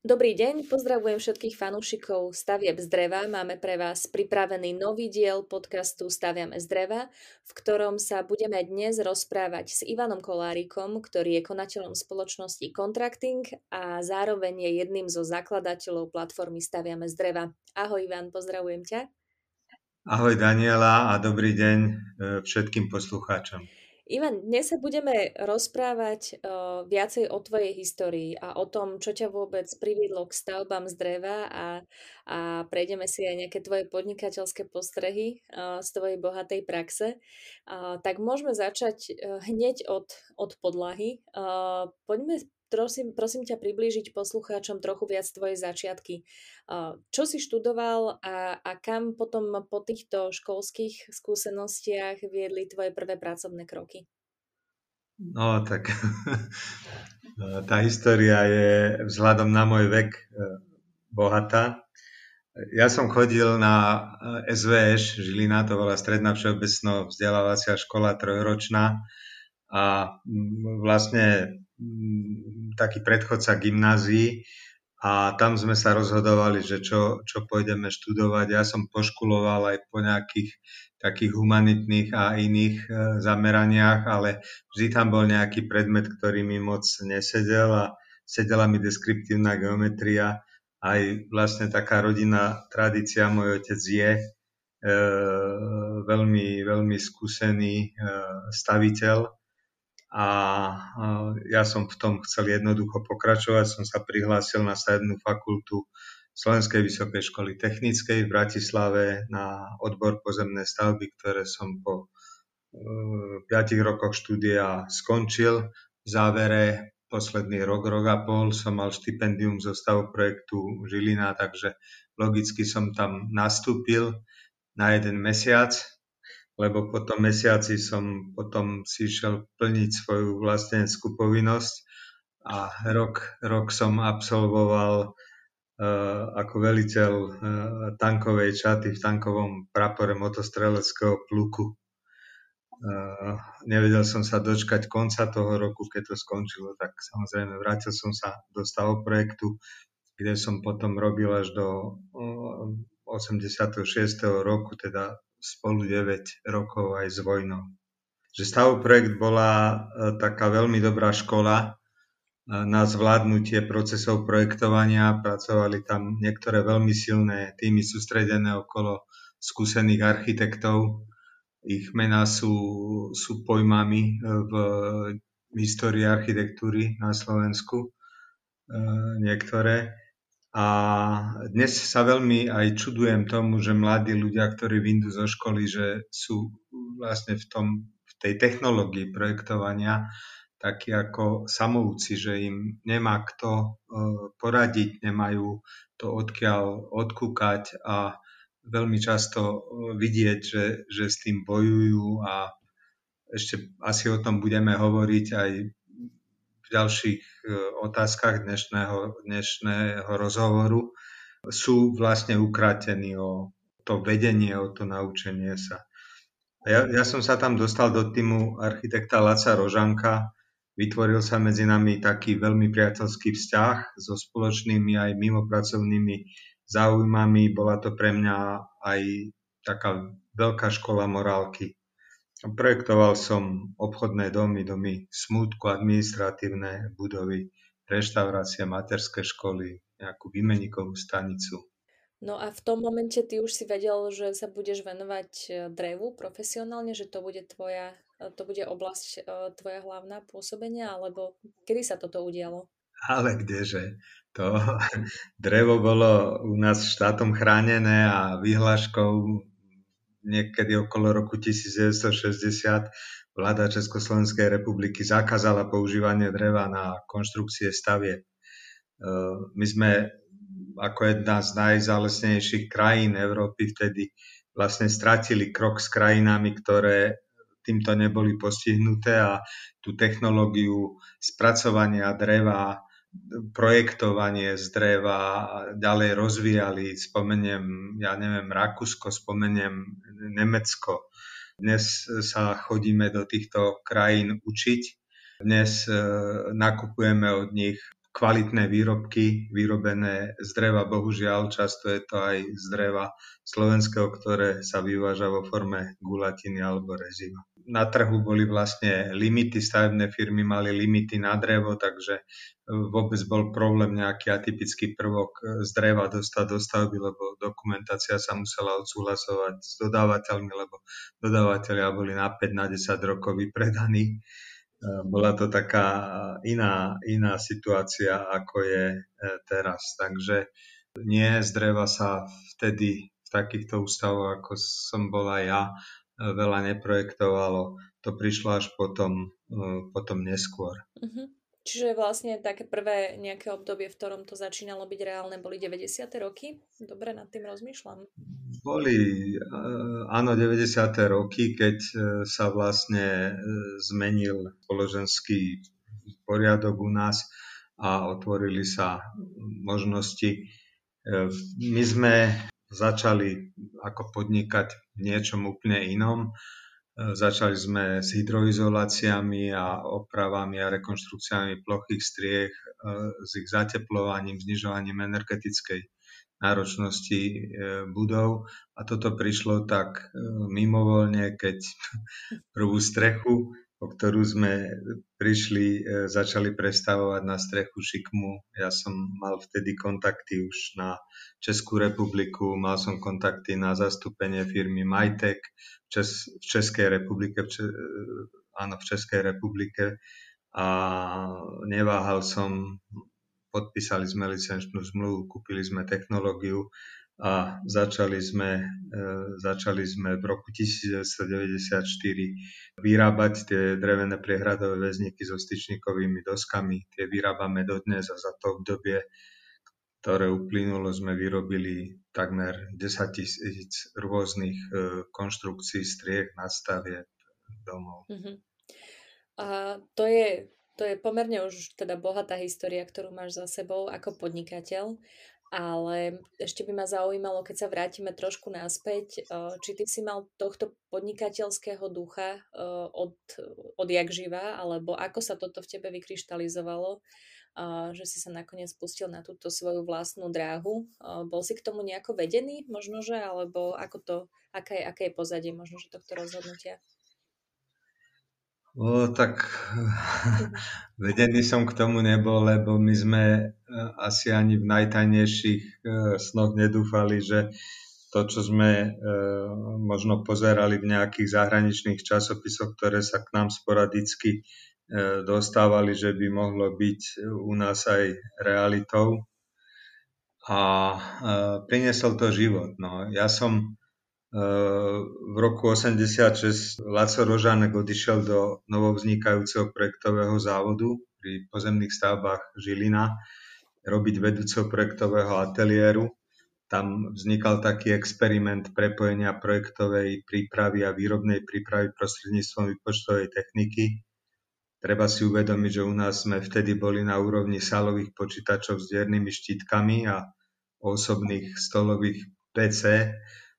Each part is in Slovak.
Dobrý deň, pozdravujem všetkých fanúšikov Stavieb z dreva. Máme pre vás pripravený nový diel podcastu Staviame z dreva, v ktorom sa budeme dnes rozprávať s Ivanom Kolárikom, ktorý je konateľom spoločnosti Contracting a zároveň je jedným zo zakladateľov platformy Staviame z dreva. Ahoj Ivan, pozdravujem ťa. Ahoj Daniela a dobrý deň všetkým poslucháčom. Ivan, dnes sa budeme rozprávať viacej o tvojej histórii a o tom, čo ťa vôbec priviedlo k stavbám z dreva a prejdeme si aj nejaké tvoje podnikateľské postrehy z tvojej bohatej praxe. Tak môžeme začať hneď od podlahy. Poďme prosím ťa priblížiť poslucháčom trochu viac tvoje začiatky. Čo si študoval a kam potom po týchto školských skúsenostiach viedli tvoje prvé pracovné kroky? No tak tá história je vzhľadom na môj vek bohatá. Ja som chodil na SVŠ Žilina, to bola stredná všeobecno vzdelávacia škola trojročná a vlastne taký predchodca gymnázií a tam sme sa rozhodovali, že čo pôjdeme študovať. Ja som poškuloval aj po nejakých takých humanitných a iných zameraniach, ale vždy tam bol nejaký predmet, ktorý mi moc nesedel a sedela mi deskriptívna geometria. Aj vlastne taká rodinná tradícia, môj otec je veľmi, veľmi skúsený staviteľ a ja som v tom chcel jednoducho pokračovať. Som sa prihlásil na stavebnú fakultu Slovenskej vysokej školy technickej v Bratislave na odbor pozemné stavby, ktoré som po 5 rokoch štúdia skončil. V závere posledný rok a pol som mal štipendium zo stavprojektu Žilina, takže logicky som tam nastúpil na 1 mesiac, lebo po tom mesiaci som potom si išiel plniť svoju vlasteneckú povinnosť a rok som absolvoval ako veliteľ tankovej čaty v tankovom prapore motostreleckého pluku. Nevedel som sa dočkať konca toho roku, keď to skončilo, tak samozrejme vrátil som sa do stavoprojektu, kde som potom robil až do 86. roku, teda spolu 9 rokov aj s vojnou. Že stavoprojekt bola taká veľmi dobrá škola na zvládnutie procesov projektovania. Pracovali tam niektoré veľmi silné týmy sústredené okolo skúsených architektov. Ich mená sú pojmami v histórii architektúry na Slovensku. Niektoré. A dnes sa veľmi aj čudujem tomu, že mladí ľudia, ktorí vyjdú zo školy, že sú vlastne v tej technológii projektovania takí ako samouci, že im nemá kto poradiť, nemajú to odkiaľ odkúkať a veľmi často vidieť, že s tým bojujú a ešte asi o tom budeme hovoriť aj v ďalších otázkach dnešného rozhovoru, sú vlastne ukratení o to vedenie, o to naučenie sa. Ja som sa tam dostal do týmu architekta Laca Rožanka, vytvoril sa medzi nami taký veľmi priateľský vzťah so spoločnými aj mimopracovnými záujmami. Bola to pre mňa aj taká veľká škola morálky. Projektoval som obchodné domy smútku, administratívne budovy, reštaurácie, materské školy, nejakú výmeníkovú stanicu. No a v tom momente ty už si vedel, že sa budeš venovať drevu profesionálne, že to bude oblasť tvoja hlavná pôsobenia, alebo kedy sa toto udialo? Ale kdeže, to drevo bolo u nás štátom chránené a vyhláškou niekedy okolo roku 1960 vláda Československej republiky zakázala používanie dreva na konštrukcie stavieb. My sme ako jedna z najzalesnejších krajín Európy vtedy vlastne stratili krok s krajinami, ktoré týmto neboli postihnuté a tú technológiu spracovania dreva, projektovanie z dreva ďalej rozvíjali. Spomeniem, Rakúsko, spomeniem Nemecko. Dnes sa chodíme do týchto krajín učiť. Dnes nakupujeme od nich kvalitné výrobky vyrobené z dreva. Bohužiaľ, často je to aj z dreva slovenského, ktoré sa vyváža vo forme gulatiny alebo reziva. Na trhu boli vlastne limity, stavebné firmy mali limity na drevo, takže vôbec bol problém nejaký atypický prvok z dreva dostať do stavby, lebo dokumentácia sa musela odsúhlasovať s dodávateľmi, lebo dodávateľia boli na 5, na 10 rokov vypredaní. Bola to taká iná situácia, ako je teraz. Takže nie, z dreva sa vtedy v takýchto ústavoch, ako som bola ja, veľa neprojektovalo. To prišlo až potom neskôr. Čiže vlastne také prvé nejaké obdobie, v ktorom to začínalo byť reálne, boli 90. roky? Dobre, nad tým rozmýšľam. Boli, áno, 90. roky, keď sa vlastne zmenil spoločenský poriadok u nás a otvorili sa možnosti. My sme začali ako podnikať v niečom úplne inom. Začali sme s hydroizoláciami a opravami a rekonštrukciami plochých striech, s ich zateplovaním, znižovaním energetickej náročnosti budov. A toto prišlo tak mimovoľne, keď prvú strechu, o ktorú sme prišli, začali prestavovať na strechu šikmu. Ja som mal vtedy kontakty už na Českú republiku, mal som kontakty na zastúpenie firmy Majtek v Českej republike, v Českej republike a neváhal som. Podpísali sme licenčnú zmluvu, kúpili sme technológiu a začali sme v roku 1994 vyrábať tie drevené priehradové väzníky so styčníkovými doskami. Tie vyrábame dodnes a za to obdobie, ktoré uplynulo, sme vyrobili takmer 10 000 rôznych konštrukcií, striech, nadstavieb, domov. A to je pomerne už teda bohatá história, ktorú máš za sebou ako podnikateľ, ale ešte by ma zaujímalo, keď sa vrátime trošku naspäť, či ty si mal tohto podnikateľského ducha odjak živa, alebo ako sa toto v tebe vykryštalizovalo, že si sa nakoniec spustil na túto svoju vlastnú dráhu. Bol si k tomu nejako vedený, možno, že, alebo aké je pozadie možno, že tohto rozhodnutia? Tak vedený som k tomu nebol, lebo my sme asi ani v najtajnejších snoch nedúfali, že to, čo sme možno pozerali v nejakých zahraničných časopisoch, ktoré sa k nám sporadicky dostávali, že by mohlo byť u nás aj realitou. A priniesol to život. No, ja som v roku 86 Laco Rožánek odišiel do novovznikajúceho projektového závodu pri pozemných stavbách Žilina robiť vedúceho projektového ateliéru. Tam vznikal taký experiment prepojenia projektovej prípravy a výrobnej prípravy prostredníctvom výpočtovej techniky. Treba si uvedomiť, že u nás sme vtedy boli na úrovni sálových počítačov s diernými štítkami a osobných stolových PC.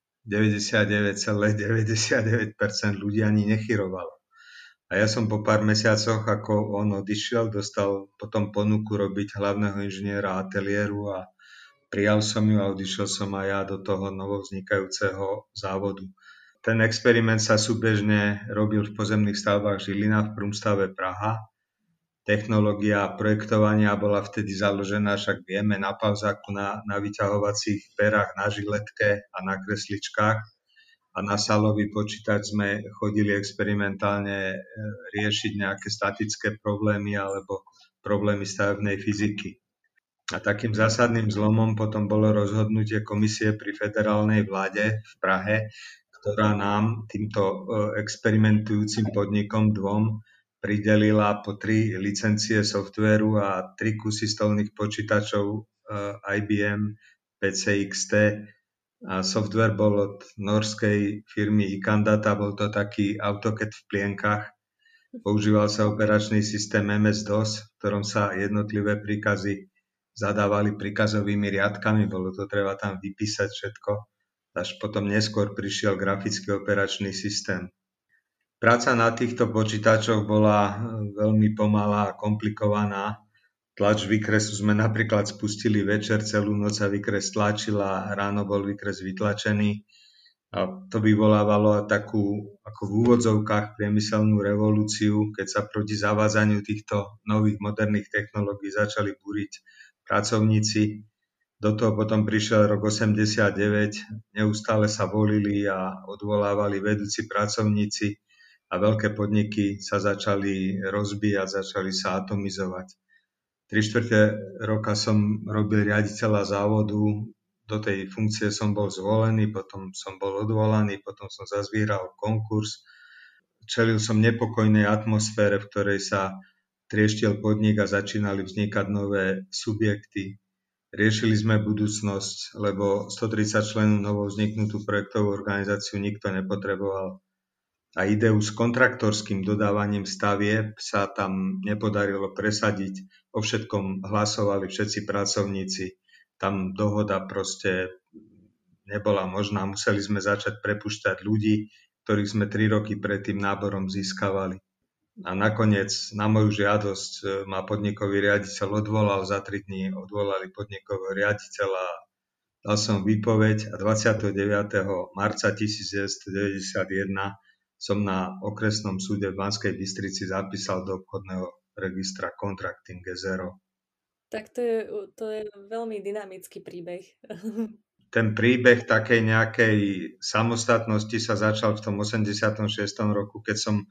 99,99% ľudí ani nechyrovalo. A ja som po pár mesiacoch, ako on odišiel, dostal potom ponuku robiť hlavného inžiniera ateliéru a prijal som ju a odišiel som aj ja do toho novovznikajúceho závodu. Ten experiment sa súbežne robil v pozemných stavbách Žilina v Prumstave Praha. Technológia projektovania bola vtedy založená, však vieme, na pauzáku, na vyťahovacích perách, na žiletke a na kresličkách. A na sálový počítač sme chodili experimentálne riešiť nejaké statické problémy alebo problémy stavebnej fyziky. A takým zásadným zlomom potom bolo rozhodnutie komisie pri federálnej vláde v Prahe, ktorá nám, týmto experimentujúcim podnikom dvom, pridelila po 3 licencie softvéru a 3 kusy stolných počítačov IBM PCXT. A software bol od norskej firmy Icandata, bol to taký AutoCAD v plienkach. Používal sa operačný systém MS-DOS, v ktorom sa jednotlivé príkazy zadávali príkazovými riadkami, bolo to treba tam vypísať všetko. Až potom neskôr prišiel grafický operačný systém. Práca na týchto počítačoch bola veľmi pomalá a komplikovaná, Tlač výkresu sme napríklad spustili večer, celú noc sa výkres tlačila, ráno bol výkres vytlačený. A to vyvolávalo takú, ako v úvodzovkách, priemyselnú revolúciu, keď sa proti zavádzaniu týchto nových moderných technológií začali búriť pracovníci. Do toho potom prišiel rok 89, neustále sa volili a odvolávali vedúci pracovníci a veľké podniky sa začali rozbíjať, začali sa atomizovať. 3/4 roka som robil riaditeľa závodu, do tej funkcie som bol zvolený, potom som bol odvolaný, potom som zazvíral konkurs. Čelil som nepokojnej atmosfére, v ktorej sa trieštil podnik a začínali vznikať nové subjekty. Riešili sme budúcnosť, lebo 130 členov novou vzniknutú projektovú organizáciu nikto nepotreboval. A ideu s kontraktorským dodávaním stavieb sa tam nepodarilo presadiť. O všetkom hlasovali všetci pracovníci. Tam dohoda proste nebola možná. Museli sme začať prepúšťať ľudí, ktorých sme 3 roky predtým náborom získavali. A nakoniec na moju žiadosť ma podnikový riaditeľ odvolal. Za 3 dní odvolali podnikového riaditeľa. Dal som výpoveď a 29. marca 1991 som na okresnom súde v Banskej Bystrici zapísal do obchodného registra Contracting Zero. Tak to je veľmi dynamický príbeh. Ten príbeh takej nejakej samostatnosti sa začal v tom 86. roku, keď som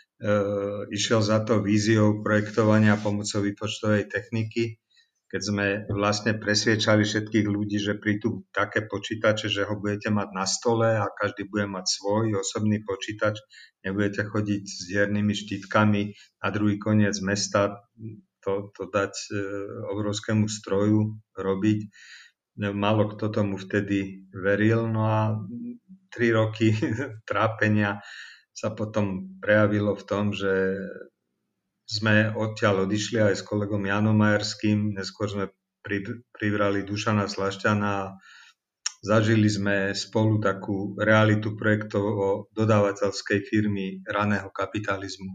išiel za to víziou projektovania pomocou výpočtovej techniky, keď sme vlastne presviečali všetkých ľudí, že prídu také počítače, že ho budete mať na stole a každý bude mať svoj osobný počítač, nebudete chodiť s diernými štítkami na druhý koniec mesta, to dať obrovskému stroju robiť. Málo kto tomu vtedy veril, no a 3 roky trápenia sa potom prejavilo v tom, že sme odtiaľ odišli aj s kolegom Jánom Majerským, neskôr sme pribrali Dušana Slašťana a zažili sme spolu takú realitu projektov dodávateľskej firmy raného kapitalizmu.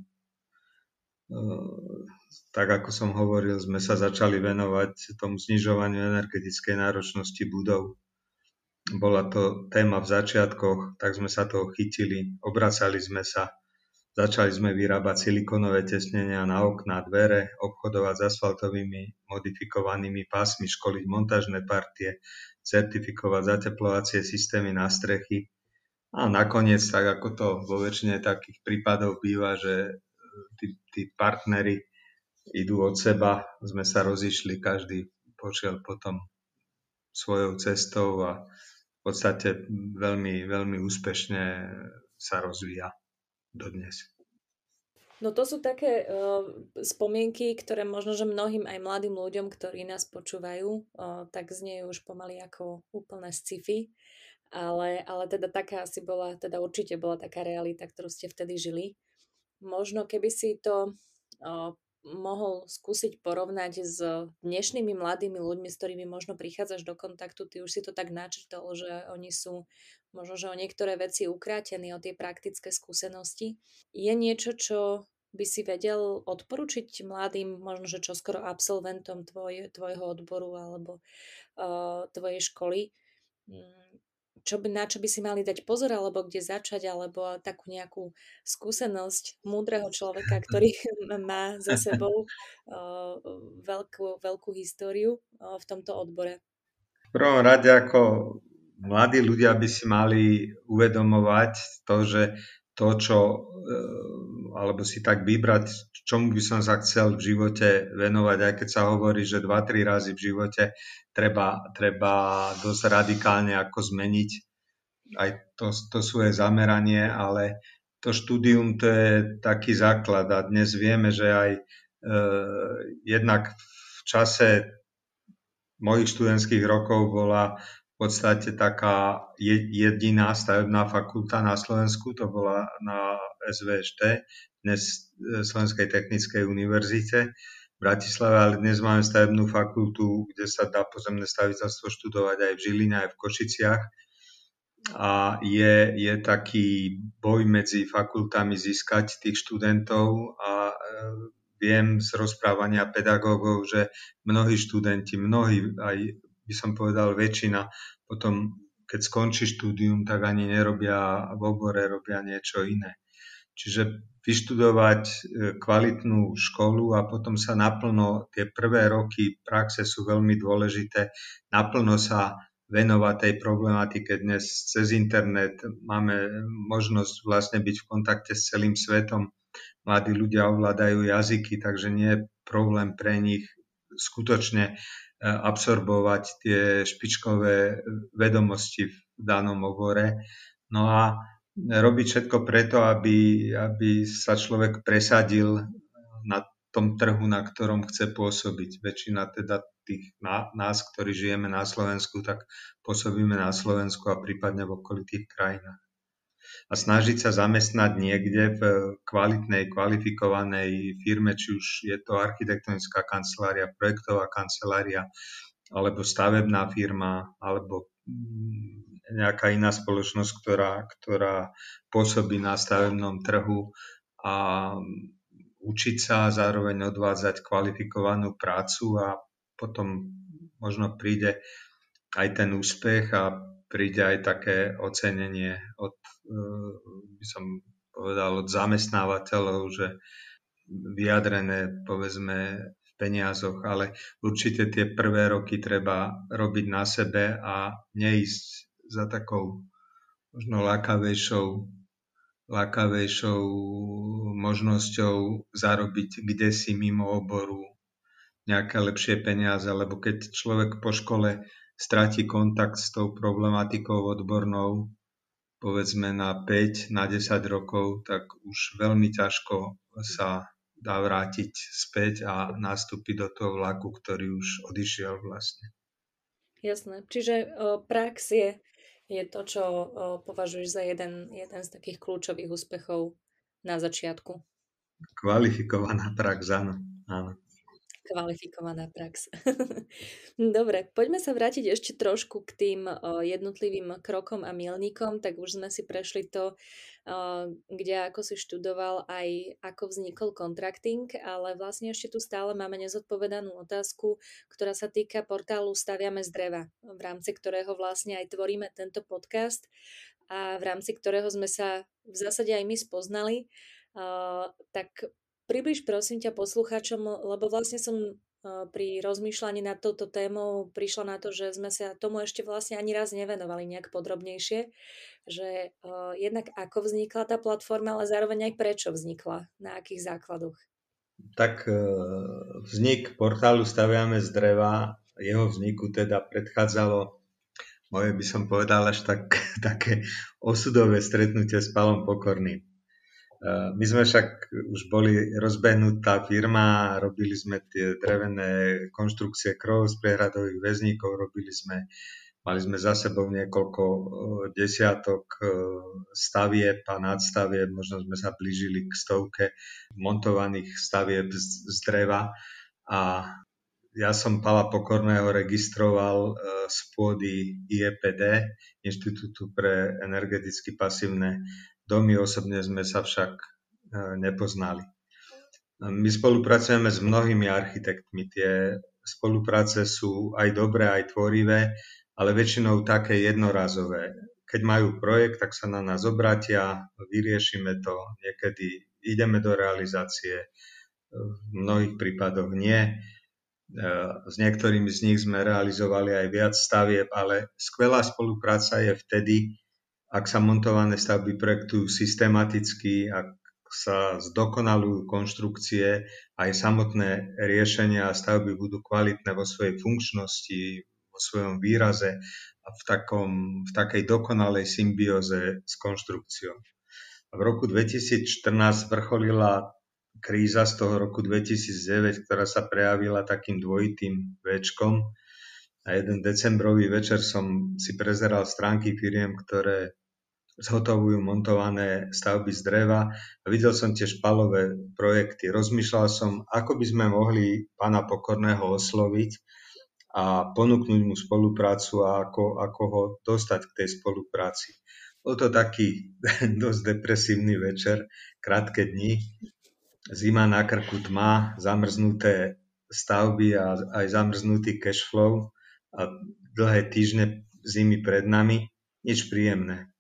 Tak ako som hovoril, sme sa začali venovať tomu znižovaniu energetickej náročnosti budov. Bola to téma v začiatkoch, tak sme sa toho chytili, obracali sme sa, začali sme vyrábať silikonové tesnenia na okná, dvere, obchodovať s asfaltovými modifikovanými pásmi, školiť montážne partie, certifikovať zateplovacie systémy na strechy. A nakoniec, tak ako to vo väčšine takých prípadov býva, že tí partneri idú od seba, sme sa rozišli, každý pošiel potom svojou cestou a v podstate veľmi, veľmi úspešne sa rozvíja dodnes. No to sú také spomienky, ktoré možno, že mnohým aj mladým ľuďom, ktorí nás počúvajú, tak znie už pomaly ako úplné sci-fi, ale teda taká asi bola, teda určite bola taká realita, ktorú ste vtedy žili. Možno keby si to mohol skúsiť porovnať s dnešnými mladými ľuďmi, s ktorými možno prichádzaš do kontaktu, ty už si to tak načrtol, že oni sú možno, že o niektoré veci ukrátení, o tie praktické skúsenosti. Je niečo, čo by si vedel odporučiť mladým, možno, že čoskoro absolventom tvojho odboru alebo tvojej školy, na čo by si mali dať pozor, alebo kde začať, alebo takú nejakú skúsenosť múdreho človeka, ktorý má za sebou veľkú históriu v tomto odbore? V prvom rade ako mladí ľudia by si mali uvedomovať to, že to, alebo si tak vybrať, čomu by som sa chcel v živote venovať, aj keď sa hovorí, že 2-3 razy v živote treba dosť radikálne ako zmeniť aj to svoje zameranie, ale to štúdium to je taký základ a dnes vieme, že aj jednak v čase mojich študentských rokov bola v podstate taká jediná stavebná fakulta na Slovensku, to bola na SVŠT, dnes Slovenskej technickej univerzite v Bratislave, ale dnes máme stavebnú fakultu, kde sa dá pozemné staviteľstvo študovať aj v Žiline, aj v Košiciach. A je taký boj medzi fakultami získať tých študentov a viem z rozprávania pedagógov, že mnohí študenti, mnohí, aj by som povedal väčšina, potom keď skončí štúdium, tak ani nerobia v obore, robia niečo iné. Čiže vyštudovať kvalitnú školu a potom sa naplno, tie prvé roky praxe sú veľmi dôležité, naplno sa venovať tej problematike. Dnes cez internet máme možnosť vlastne byť v kontakte s celým svetom. Mladí ľudia ovládajú jazyky, takže nie je problém pre nich skutočne absorbovať tie špičkové vedomosti v danom obore. No a robiť všetko preto, aby sa človek presadil na tom trhu, na ktorom chce pôsobiť. Väčšina teda tých nás, ktorí žijeme na Slovensku, tak pôsobíme na Slovensku a prípadne v okolitých krajinách. A snažiť sa zamestnať niekde v kvalitnej, kvalifikovanej firme, či už je to architektonická kancelária, projektová kancelária, alebo stavebná firma, alebo nejaká iná spoločnosť, ktorá pôsobí na stavebnom trhu a učiť sa a zároveň odvádzať kvalifikovanú prácu a potom možno príde aj ten úspech a príde aj také ocenenie od, by som povedal, od zamestnávateľov, že vyjadrené, povedzme, v peniazoch, ale určite tie prvé roky treba robiť na sebe a neísť za takou možno lákavejšou možnosťou zarobiť kdesi mimo oboru nejaké lepšie peniaze, lebo keď človek po škole stratí kontakt s tou problematikou odbornou, povedzme na 5, na 10 rokov, tak už veľmi ťažko sa dá vrátiť späť a nastúpiť do toho vlaku, ktorý už odišiel vlastne. Jasné. Čiže prax je to, čo považuješ za jeden z takých kľúčových úspechov na začiatku. Kvalifikovaná prax, áno. Kvalifikovaná prax. Dobre, poďme sa vrátiť ešte trošku k tým jednotlivým krokom a milníkom, tak už sme si prešli to, kde ako si študoval, aj ako vznikol kontrakting, ale vlastne ešte tu stále máme nezodpovedanú otázku, ktorá sa týka portálu Staviame z dreva, v rámci ktorého vlastne aj tvoríme tento podcast a v rámci ktorého sme sa v zásade aj my spoznali. Tak približ prosím ťa poslucháčom, lebo vlastne som pri rozmýšľaní nad touto témou prišla na to, že sme sa tomu ešte vlastne ani raz nevenovali nejak podrobnejšie, že jednak ako vznikla tá platforma, ale zároveň aj prečo vznikla, na akých základoch. Tak vznik portálu Staviame z dreva, jeho vzniku teda predchádzalo moje, by som povedal, až také osudové stretnutie s Palom Pokorným. My sme však už boli rozbehnutá firma, robili sme tie drevené konštrukcie krov z priehradových väzníkov, mali sme za sebou niekoľko desiatok stavieb a nadstavieb, možno sme sa blížili k 100 montovaných stavieb z dreva a ja som Pala Pokorného registroval z pôdy IEPD, Inštitútu pre energeticky pasívne domy. Osobne sme sa však nepoznali. My spolupracujeme s mnohými architektmi. Tie spolupráce sú aj dobré, aj tvorivé, ale väčšinou také jednorazové. Keď majú projekt, tak sa na nás obratia, vyriešime to, niekedy ideme do realizácie, v mnohých prípadoch nie. S niektorými z nich sme realizovali aj viac stavieb, ale skvelá spolupráca je vtedy, ak sa montované stavby projektujú systematicky, ak sa zdokonalujú konštrukcie, aj samotné riešenia a stavby budú kvalitné vo svojej funkčnosti, vo svojom výraze a v takej dokonalej symbióze s konštrukciou. A v roku 2014 vrcholila kríza z toho roku 2009, ktorá sa prejavila takým dvojitým Včkom. A jeden decembrový večer som si prezeral stránky firiem, ktoré zhotovujú montované stavby z dreva a videl som tiež palové projekty. Rozmýšľal som, ako by sme mohli pána Pokorného osloviť a ponúknuť mu spoluprácu a ako ho dostať k tej spolupráci. Bol to taký dosť depresívny večer, krátke dni, zima na krku, tma, zamrznuté stavby a aj zamrznutý cash flow a dlhé týždne zimy pred nami, nič príjemné.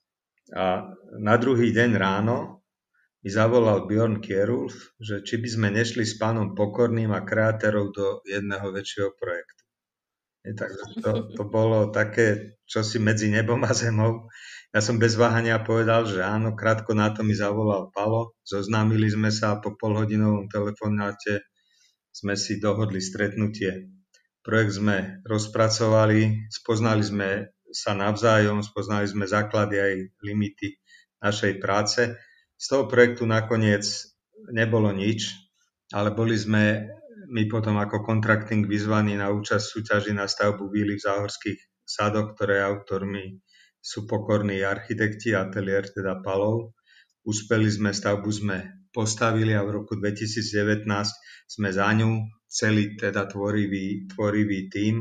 A na druhý deň ráno mi zavolal Björn Kjerulf, že či by sme nešli s pánom Pokorným a kreatérov do jedného väčšieho projektu. Takže to bolo také čosi medzi nebom a zemou. Ja som bez váhania povedal, že áno, krátko na to mi zavolal Palo, zoznámili sme sa a po polhodinovom telefonáte sme si dohodli stretnutie. Projekt sme rozpracovali, spoznali sme sa navzájom, spoznali sme základy aj limity našej práce. Z toho projektu nakoniec nebolo nič, ale boli sme my potom ako contracting vyzvaní na účasť súťaži na stavbu víly v Záhorských sadoch, ktoré autormi sú Pokorní architekti, ateliér teda Palov. Uspeli sme, stavbu sme postavili a v roku 2019 sme za ňu celý teda tvorivý tím,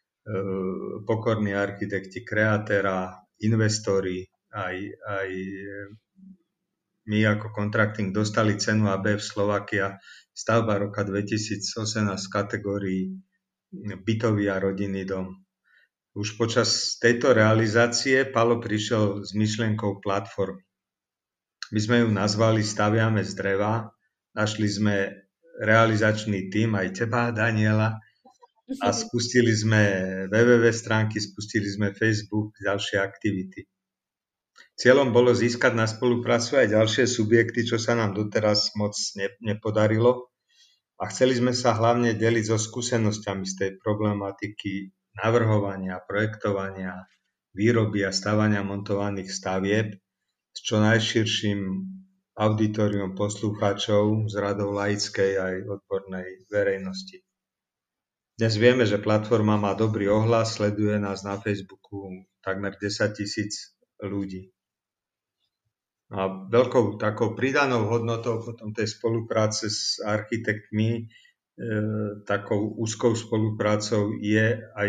Pokorní architekti, kreatéra, investori, aj my ako contracting dostali cenu ABF Slovakia stavba roka 2018 v kategórii bytový a rodinný dom. Už počas tejto realizácie Palo prišiel s myšlienkou platformy. My sme ju nazvali Staviame z dreva, našli sme realizačný tím, aj teba, Daniela, a spustili sme www stránky, spustili sme Facebook, ďalšie aktivity. Cieľom bolo získať na spoluprácu aj ďalšie subjekty, čo sa nám doteraz moc nepodarilo. A chceli sme sa hlavne deliť so skúsenosťami z tej problematiky navrhovania, projektovania, výroby a stavania montovaných stavieb s čo najširším auditorium poslucháčov z radov laickej aj odbornej verejnosti. Dnes vieme, že platforma má dobrý ohlas, sleduje nás na Facebooku takmer 10 000 ľudí. A veľkou takou pridanou hodnotou potom tej spolupráce s architektmi, takou úzkou spoluprácou je aj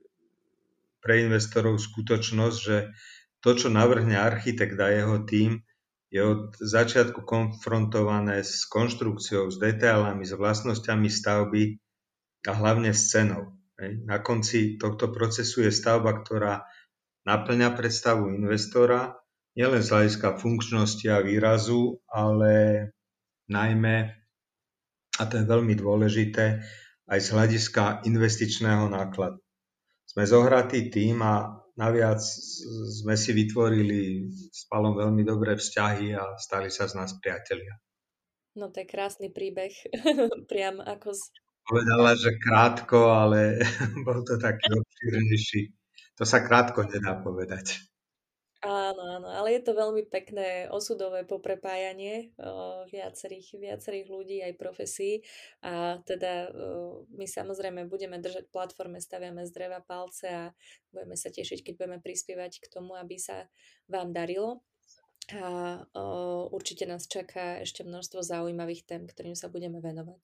pre investorov skutočnosť, že to, čo navrhne architekt a jeho tím, je od začiatku konfrontované s konštrukciou, s detailami, s vlastnosťami stavby a hlavne s cenou. Na konci tohto procesu je stavba, ktorá naplňa predstavu investora, nielen z hľadiska funkčnosti a výrazu, ale najmä, a to je veľmi dôležité, aj z hľadiska investičného nákladu. Sme zohratý tím a naviac sme si vytvorili s Palom veľmi dobré vzťahy a stali sa z nás priatelia. No to je krásny príbeh, priam ako Povedala, že krátko, ale bol to taký obšírnejší. To sa krátko nedá povedať. Áno, áno, ale je to veľmi pekné osudové poprepájanie viacerých ľudí aj profesí a teda my samozrejme budeme držať platforme Staviame z dreva palce a budeme sa tešiť, keď budeme prispievať k tomu, aby sa vám darilo. A určite nás čaká ešte množstvo zaujímavých tém, ktorým sa budeme venovať.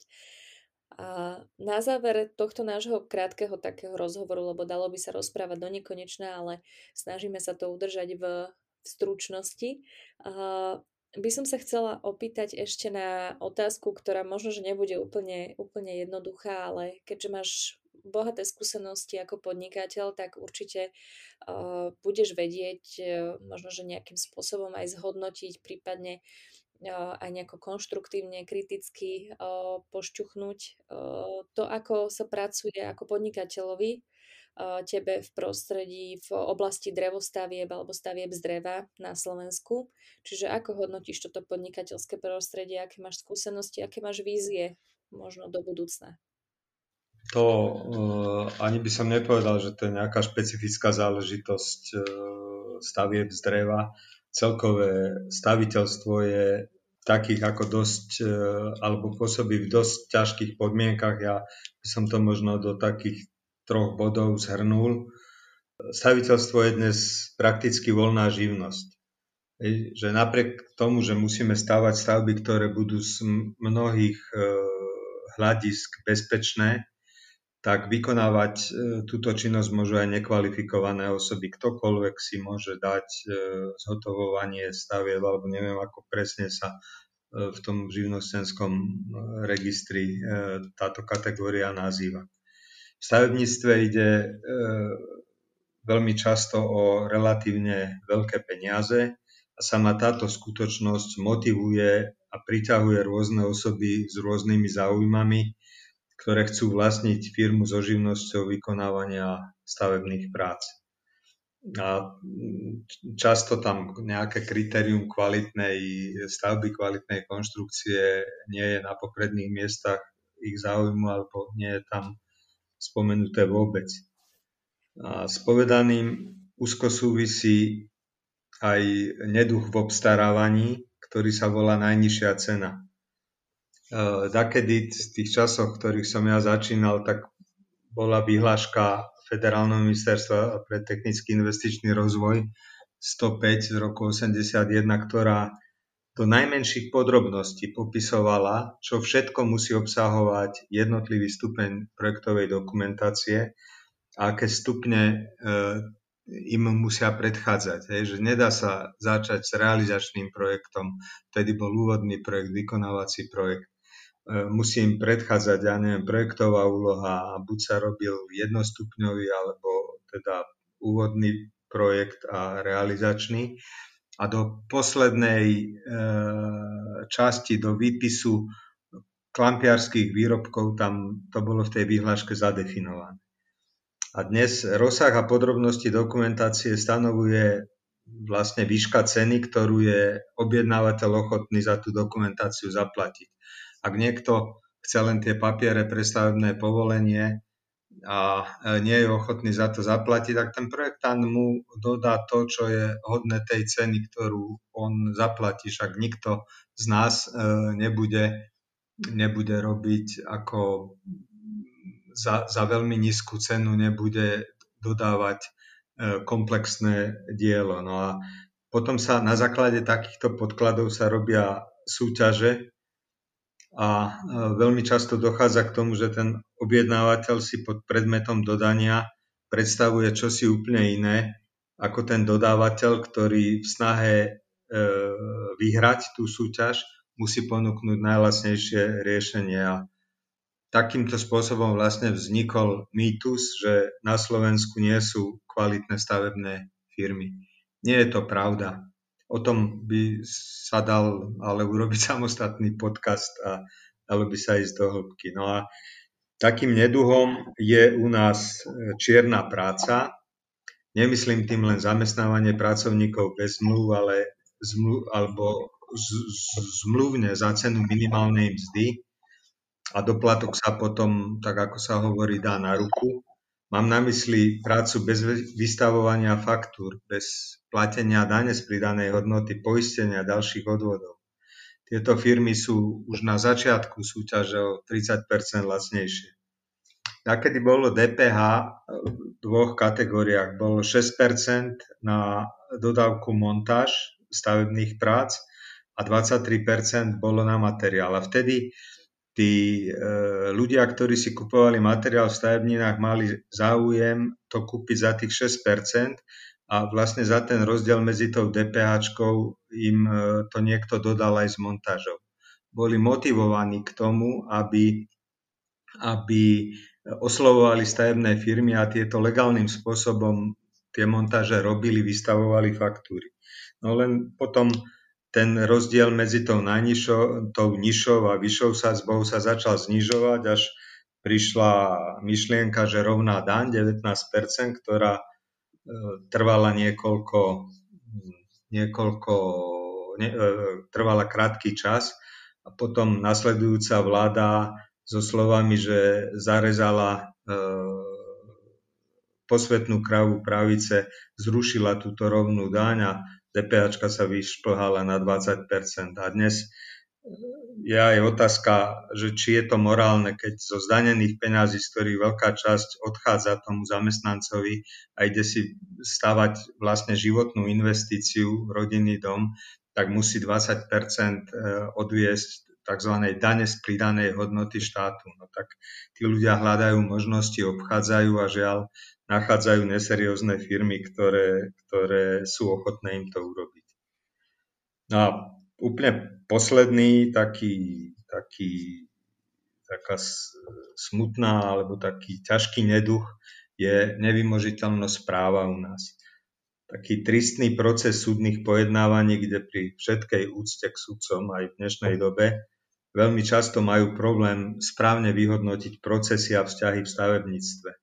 A na záver tohto nášho krátkeho takého rozhovoru, lebo dalo by sa rozprávať do nekonečna, ale snažíme sa to udržať v stručnosti, by som sa chcela opýtať ešte na otázku, ktorá možno, že nebude úplne jednoduchá, ale keďže máš bohaté skúsenosti ako podnikateľ, tak určite budeš vedieť možno, že nejakým spôsobom aj zhodnotiť, prípadne aj nejako konštruktívne, kriticky pošťuchnúť to, ako sa pracuje ako podnikateľovi tebe v prostredí v oblasti drevostavieb alebo stavieb z dreva na Slovensku. Čiže ako hodnotíš toto podnikateľské prostredie, aké máš skúsenosti, aké máš vízie možno do budúcna? To ani by som nepovedal, že to je nejaká špecifická záležitosť stavieb z dreva. Celkové staviteľstvo je takých ako dosť, alebo pôsobí v dosť ťažkých podmienkach. Ja by som to možno do takých 3 bodov zhrnul. Staviteľstvo je dnes prakticky voľná živnosť. Že napriek tomu, že musíme stavať stavby, ktoré budú z mnohých hľadisk bezpečné, tak vykonávať túto činnosť môžu aj nekvalifikované osoby. Ktokoľvek si môže dať zhotovovanie stavieb, alebo neviem, ako presne sa v tom živnostenskom registri táto kategória nazýva. V stavebníctve ide veľmi často o relatívne veľké peniaze a sama táto skutočnosť motivuje a priťahuje rôzne osoby s rôznymi záujmami, ktoré chcú vlastniť firmu so živnosťou vykonávania stavebných prác. A často tam nejaké kritérium kvalitnej stavby, kvalitnej konštrukcie nie je na popredných miestach ich záujmu alebo nie je tam spomenuté vôbec. A s povedaným úzko súvisí aj neduch v obstarávaní, ktorý sa volá najnižšia cena. Dakedy v tých časoch, v ktorých som ja začínal, tak bola vyhláška Federálneho ministerstva pre technický investičný rozvoj 105 z roku 81, ktorá do najmenších podrobností popisovala, čo všetko musí obsahovať jednotlivý stupeň projektovej dokumentácie a aké stupne im musia predchádzať. Že nedá sa začať s realizačným projektom, vtedy bol úvodný projekt, vykonávací projekt. Musí im predchádzať, projektová úloha a buď sa robil jednostupňový alebo teda úvodný projekt a realizačný. A do poslednej časti, do výpisu klampiarských výrobkov, tam to bolo v tej výhláške zadefinované. A dnes rozsah a podrobnosti dokumentácie stanovuje vlastne výška ceny, ktorú je objednávateľ ochotný za tú dokumentáciu zaplatiť. Ak niekto chce len tie papiere pre stavebné povolenie a nie je ochotný za to zaplatiť, tak ten projektant mu dodá to, čo je hodné tej ceny, ktorú on zaplatí. Však nikto z nás nebude robiť ako za veľmi nízku cenu, nebude dodávať komplexné dielo. No a potom sa na základe takýchto podkladov sa robia súťaže, a veľmi často dochádza k tomu, že ten objednávateľ si pod predmetom dodania predstavuje čosi úplne iné ako ten dodávateľ, ktorý v snahe vyhrať tú súťaž musí ponúknuť najlacnejšie riešenie. A takýmto spôsobom vlastne vznikol mýtus, že na Slovensku nie sú kvalitné stavebné firmy. Nie je to pravda. O tom by sa dal ale urobiť samostatný podcast a dalo by sa ísť do hĺbky. No a takým neduhom je u nás čierna práca. Nemyslím tým len zamestnávanie pracovníkov bez zmluv, ale zmluvne za cenu minimálnej mzdy a doplatok sa potom, tak ako sa hovorí, dá na ruku. Mám na mysli prácu bez vystavovania faktúr, bez platenia dane z pridanej hodnoty, poistenia a ďalších odvodov. Tieto firmy sú už na začiatku súťaže o 30% lacnejšie. Takedy bolo DPH v dvoch kategóriách. Bolo 6% na dodávku montáž stavebných prác a 23% bolo na materiál. A vtedy tí ľudia, ktorí si kupovali materiál v stavebninách, mali záujem to kúpiť za tých 6% a vlastne za ten rozdiel medzi tou DPH-čkou im to niekto dodal aj s montážou. Boli motivovaní k tomu, aby oslovovali stavebné firmy a tieto legálnym spôsobom tie montáže robili, vystavovali faktúry. No len potom ten rozdiel medzi tou nižšou a vyššou sadzbou sa začal znižovať, až prišla myšlienka, že rovná daň 19%, ktorá trvala trvala krátky čas a potom nasledujúca vláda so slovami, že zarezala posvetnú kravu pravice, zrušila túto rovnú daň a DPH sa vyšplhala na 20%. A dnes je aj otázka, že či je to morálne, keď zo zdanených peňazí, z ktorých veľká časť odchádza tomu zamestnancovi a ide si stavať vlastne životnú investíciu, rodinný dom, tak musí 20% odviesť tzv. Dane z pridanej hodnoty štátu. No tak tí ľudia hľadajú možnosti, obchádzajú a žiaľ nachádzajú neseriózne firmy, ktoré sú ochotné im to urobiť. No a Úplne posledný taká smutná alebo taký ťažký neduch je nevymožiteľnosť práva u nás. Taký tristný proces súdnych pojednávaní, kde pri všetkej úcte k sudcom aj v dnešnej dobe veľmi často majú problém správne vyhodnotiť procesy a vzťahy v stavebníctve.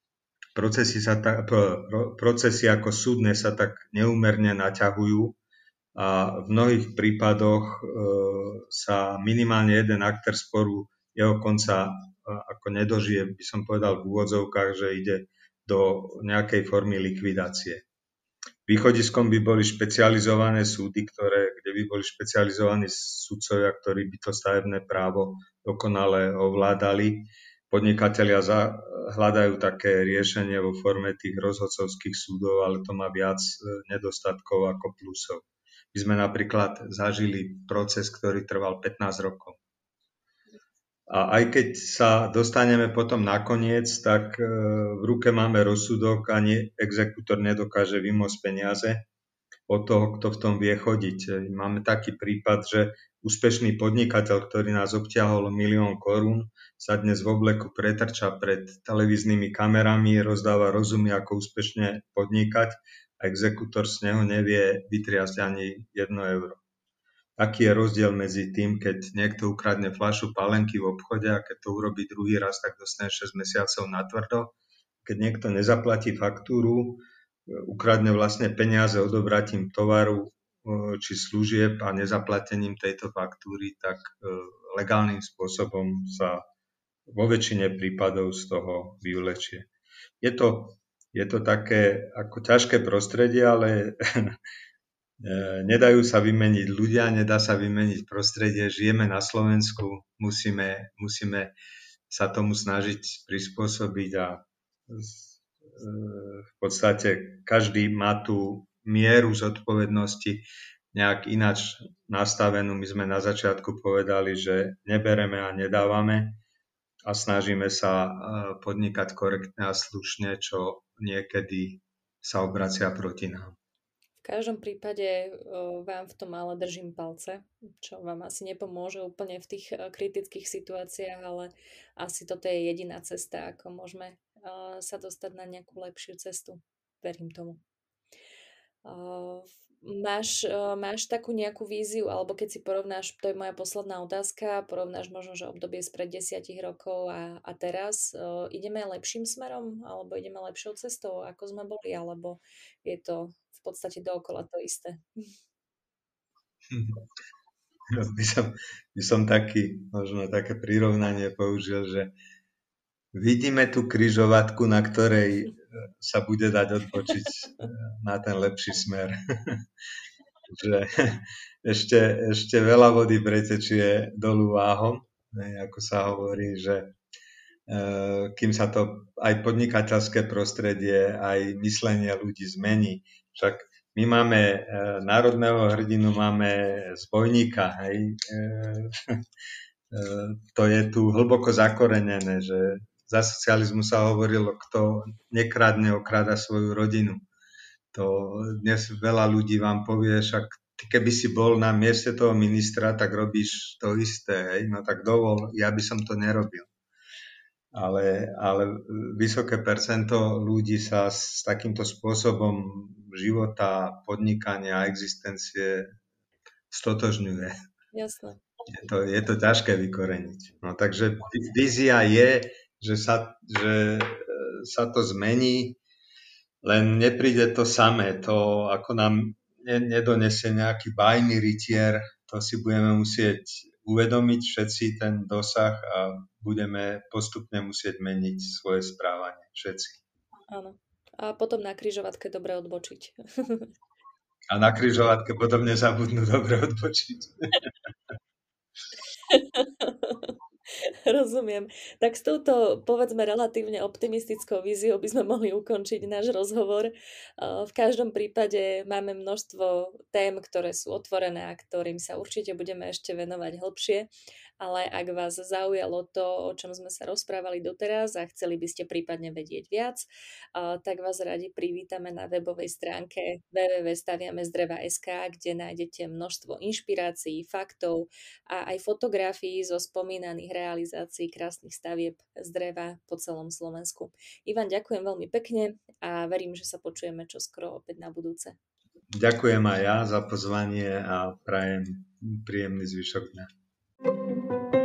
Procesy ako súdne sa tak neúmerne naťahujú a v mnohých prípadoch sa minimálne jeden aktér sporu jeho konca ako nedožije, by som povedal v úvodzovkách, že ide do nejakej formy likvidácie. Východiskom by boli špecializované súdy, kde by boli špecializovaní sudcovia, ktorí by to stavebné právo dokonale ovládali. Podnikatelia hľadajú také riešenie vo forme tých rozhodcovských súdov, ale to má viac nedostatkov ako plusov. My sme napríklad zažili proces, ktorý trval 15 rokov. A aj keď sa dostaneme potom nakoniec, tak v ruke máme rozsudok a exekútor nedokáže vymôcť peniaze od toho, kto v tom vie chodiť. Máme taký prípad, že úspešný podnikateľ, ktorý nás obťahol 1 000 000 korún, sa dnes v obleku pretrča pred televíznymi kamerami, rozdáva rozumy, ako úspešne podnikať a exekútor z neho nevie vytriasť ani 1 euro. Aký je rozdiel medzi tým, keď niekto ukradne fľašu pálenky v obchode a keď to urobí druhý raz, tak dostane 6 mesiacov natvrdo. Keď niekto nezaplatí faktúru, ukradne vlastne peniaze odobratím tovaru či služieb a nezaplatením tejto faktúry, tak legálnym spôsobom sa vo väčšine prípadov z toho vyvlečie. Je to také ako ťažké prostredie, ale nedajú sa vymeniť ľudia, nedá sa vymeniť prostredie, žijeme na Slovensku, musíme sa tomu snažiť prispôsobiť a v podstate každý má tú mieru zodpovednosti nejak ináč nastavenú. My sme na začiatku povedali, že nebereme a nedávame a snažíme sa podnikať korektne a slušne, čo niekedy sa obracia proti nám. V každom prípade vám v tom ale držím palce, čo vám asi nepomôže úplne v tých kritických situáciách, ale asi toto je jediná cesta, ako môžeme sa dostať na nejakú lepšiu cestu. Verím tomu. Máš takú nejakú víziu, alebo keď si porovnáš, to je moja posledná otázka, porovnáš možno, že obdobie spred 10 rokov a teraz, ideme lepším smerom, alebo ideme lepšou cestou, ako sme boli, alebo je to v podstate dookola to isté? By som možno také prirovnanie použil, že vidíme tú križovatku, na ktorej sa bude dať odbočiť na ten lepší smer. Že ešte veľa vody pretečie dolu váhom, ako sa hovorí, že kým sa to aj podnikateľské prostredie, aj myslenie ľudí zmení. Však my máme národného hrdinu, máme zbojníka, hej. To je tu hlboko zakorenené, že za socializmu sa hovorilo, kto nekradne, okráda svoju rodinu. To dnes veľa ľudí vám povie, však ty keby si bol na mieste toho ministra, tak robíš to isté, hej? No tak dovol, ja by som to nerobil. Ale vysoké percento ľudí sa s takýmto spôsobom života, podnikania a existencie stotožňuje. Jasné. Je to ťažké vykoreniť. No, takže vízia je, že sa to zmení, len nepríde to samé. To ako nám nedonesie nejaký bajný rytier, to si budeme musieť uvedomiť všetci ten dosah a budeme postupne musieť meniť svoje správanie. Všetci. Áno. A potom na križovatke dobre odbočiť. A na križovatke potom nezabudnú dobre odbočiť. Rozumiem. Tak s touto, povedzme, relatívne optimistickou víziou by sme mohli ukončiť náš rozhovor. V každom prípade máme množstvo tém, ktoré sú otvorené a ktorým sa určite budeme ešte venovať hlbšie. ale ak vás zaujalo to, o čom sme sa rozprávali doteraz a chceli by ste prípadne vedieť viac, tak vás radi privítame na webovej stránke www.staviamezdreva.sk, kde nájdete množstvo inšpirácií, faktov a aj fotografií zo spomínaných realizácií krásnych stavieb z dreva po celom Slovensku. Ivan, ďakujem veľmi pekne a verím, že sa počujeme čoskoro opäť na budúce. Ďakujem aj ja za pozvanie a prajem príjemný zvyšok dňa.